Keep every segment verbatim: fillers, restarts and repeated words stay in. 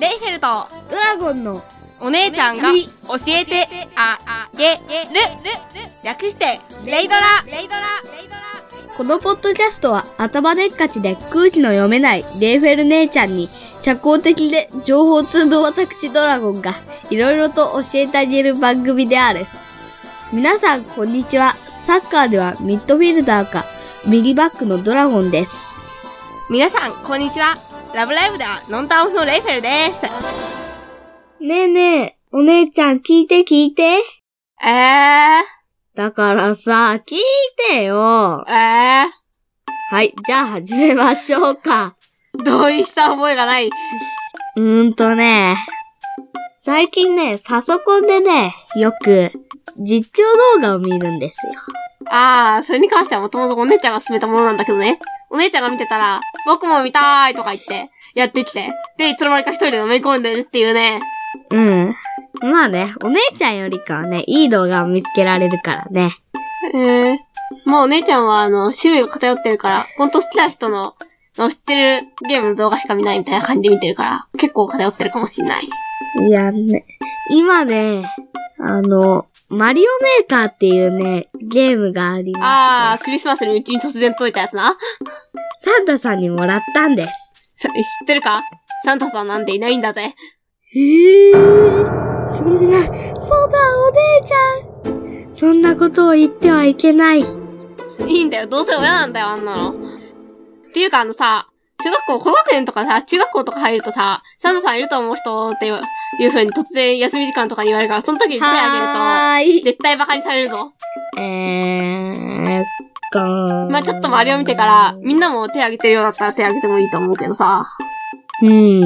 レイフェルトドラゴンのお姉ちゃんが教えてあげる略してレイドラレイドラレイドラ。 このポッドキャストは頭でっかちで空気の読めないレイフェル姉ちゃんに社交的で情報通の私ドラゴンがいろいろと教えてあげる番組である。皆さんこんにちは。サッカーではミッドフィルダーか右バックのドラゴンです。 皆さんこんにちは。ラブライブではノンタンオフのレイフェルです。 ねえねえ、お姉ちゃん聞いて聞いて。 えー。 だからさ、聞いてよ。 えー。 はい、じゃあ始めましょうか。 同意した覚えがない。 うーんとね、最近ね、パソコンでね、よく実況動画を見るんですよ。 あー、それに関してはもともとお姉ちゃんが勧めたものなんだけどね。お姉ちゃんが見てたら、僕も見たーいとか言って、やってきて。で、いつの間にか一人で飲み込んでるっていうね。 うん。まあね、お姉ちゃんよりかはね、いい動画を見つけられるからね。 へえー。もうお姉ちゃんはあの、趣味が偏ってるから、ほんと好きな人の、の知ってるゲームの動画しか見ないみたいな感じで見てるから、結構偏ってるかもしんない。 いやね、今ね、あの、マリオメーカーっていうね、ゲームがあります、ね。 あー、クリスマスにうちに突然届いたやつな。 サンタさんにもらったんです。 それ知ってるか？サンタさんなんていないんだぜ。 へー、そんな、そうだ、お姉ちゃん。そんなことを言ってはいけない。いいんだよ、どうせ親なんだよ、あんなの。っていうかあのさ、中学校、高学年とかさ、中学校とか入るとさ、サンタさんいると思う人っていう、いう風に突然休み時間とかに言われるから、その時に手あげると、絶対バカにされるぞ。 えー、かー。 まあちょっと周りを見てから、みんなも手あげてるようだったら手あげてもいいと思うけどさ。 うん。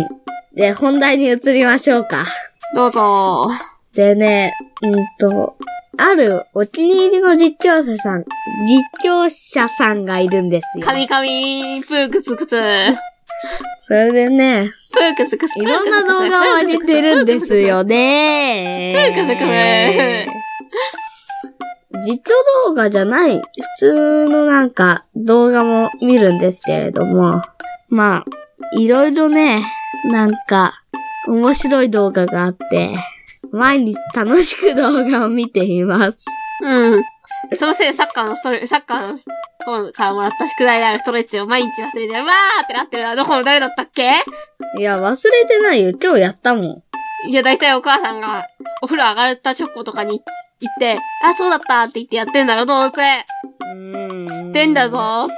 で、本題に移りましょうか。 どうぞ。 でね、うんと、あるお気に入りの実況者さん、実況者さんがいるんですよ。 カミカミ、プークスクス。 それでね、 プークスクス。 いろんな動画を上げてるんですよね。 プークスクス。 実況動画じゃない、普通のなんか動画も見るんですけれども、まあ、いろいろね、なんか、面白い動画があって、毎日楽しく動画を見ています。 うん。そのせいでサッカーのストレ、サッカーの方からもらった宿題であるストレッチを毎日忘れて、わーってなってるのはどこの誰だったっけ？ いや、忘れてないよ。今日やったもん。 いや、だいたいお母さんがお風呂上がった直後とかに行って、あ、そうだったって言ってやってんだろ、どうせ。 うーん。 ってんだぞ。 はい、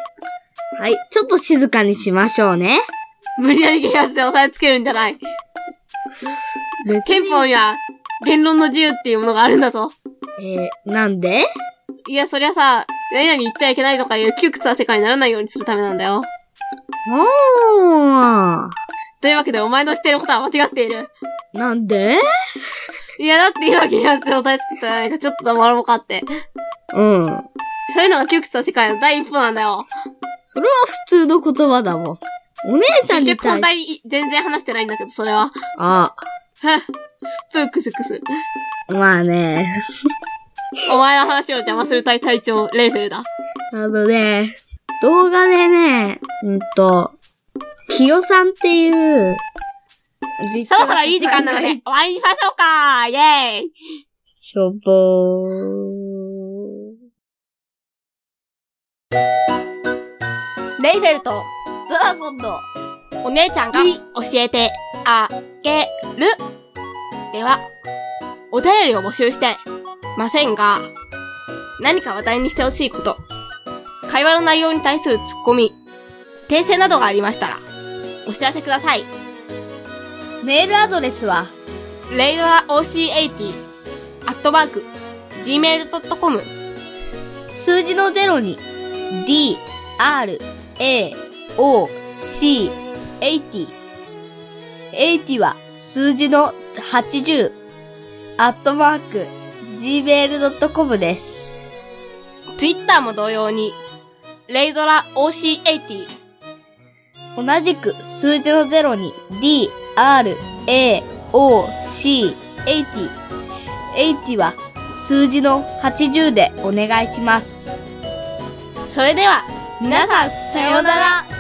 ちょっと静かにしましょうね。 無理やり減圧で押さえつけるんじゃない。憲法には言論の自由っていうものがあるんだぞ。 えー、なんで？ いや、そりゃさ、何々言っちゃいけないとかいう窮屈な世界にならないようにするためなんだよ。 おー。 というわけでお前の知っていることは間違っている。 なんで？ いや、だって今減圧で押さえつけたらなんかちょっと黙ろうかって。 うん。 そういうのが窮屈な世界の第一歩なんだよ。 それは普通の言葉だもん。お姉ちゃんに対して。 本題全然話してないんだけど、それは。 あ。 プークスクス。 まあね。 お前の話を邪魔する隊隊長、レイフェルだ。 あのね、動画でね、うんと、キヨさんっていう、 そろそろいい時間なので、終わりにしましょうか。イェーイ。 しょぼー。 レイフェルト、 ドラゴンのお姉ちゃんが教えてあげる。では、お便りを募集してませんが、何か話題にしてほしいこと、会話の内容に対するツッコミ、訂正などがありましたら、お知らせください。 メールアドレスは、 レイドラ オーシーエイティー アットマーク ジーメールドットコム数字のゼロに D、R、A、O、C、エイティー。エイティーは数字のはちじゅう、アットマーク、ジーメールドットコム です。 ツイッターも同様に、レイドラ オーシーエイティー。 同じく数字のゼロに D、R、A、O、C、エイティー。エイティーは数字のはちじゅうでお願いします。 それでは、皆さんさようなら。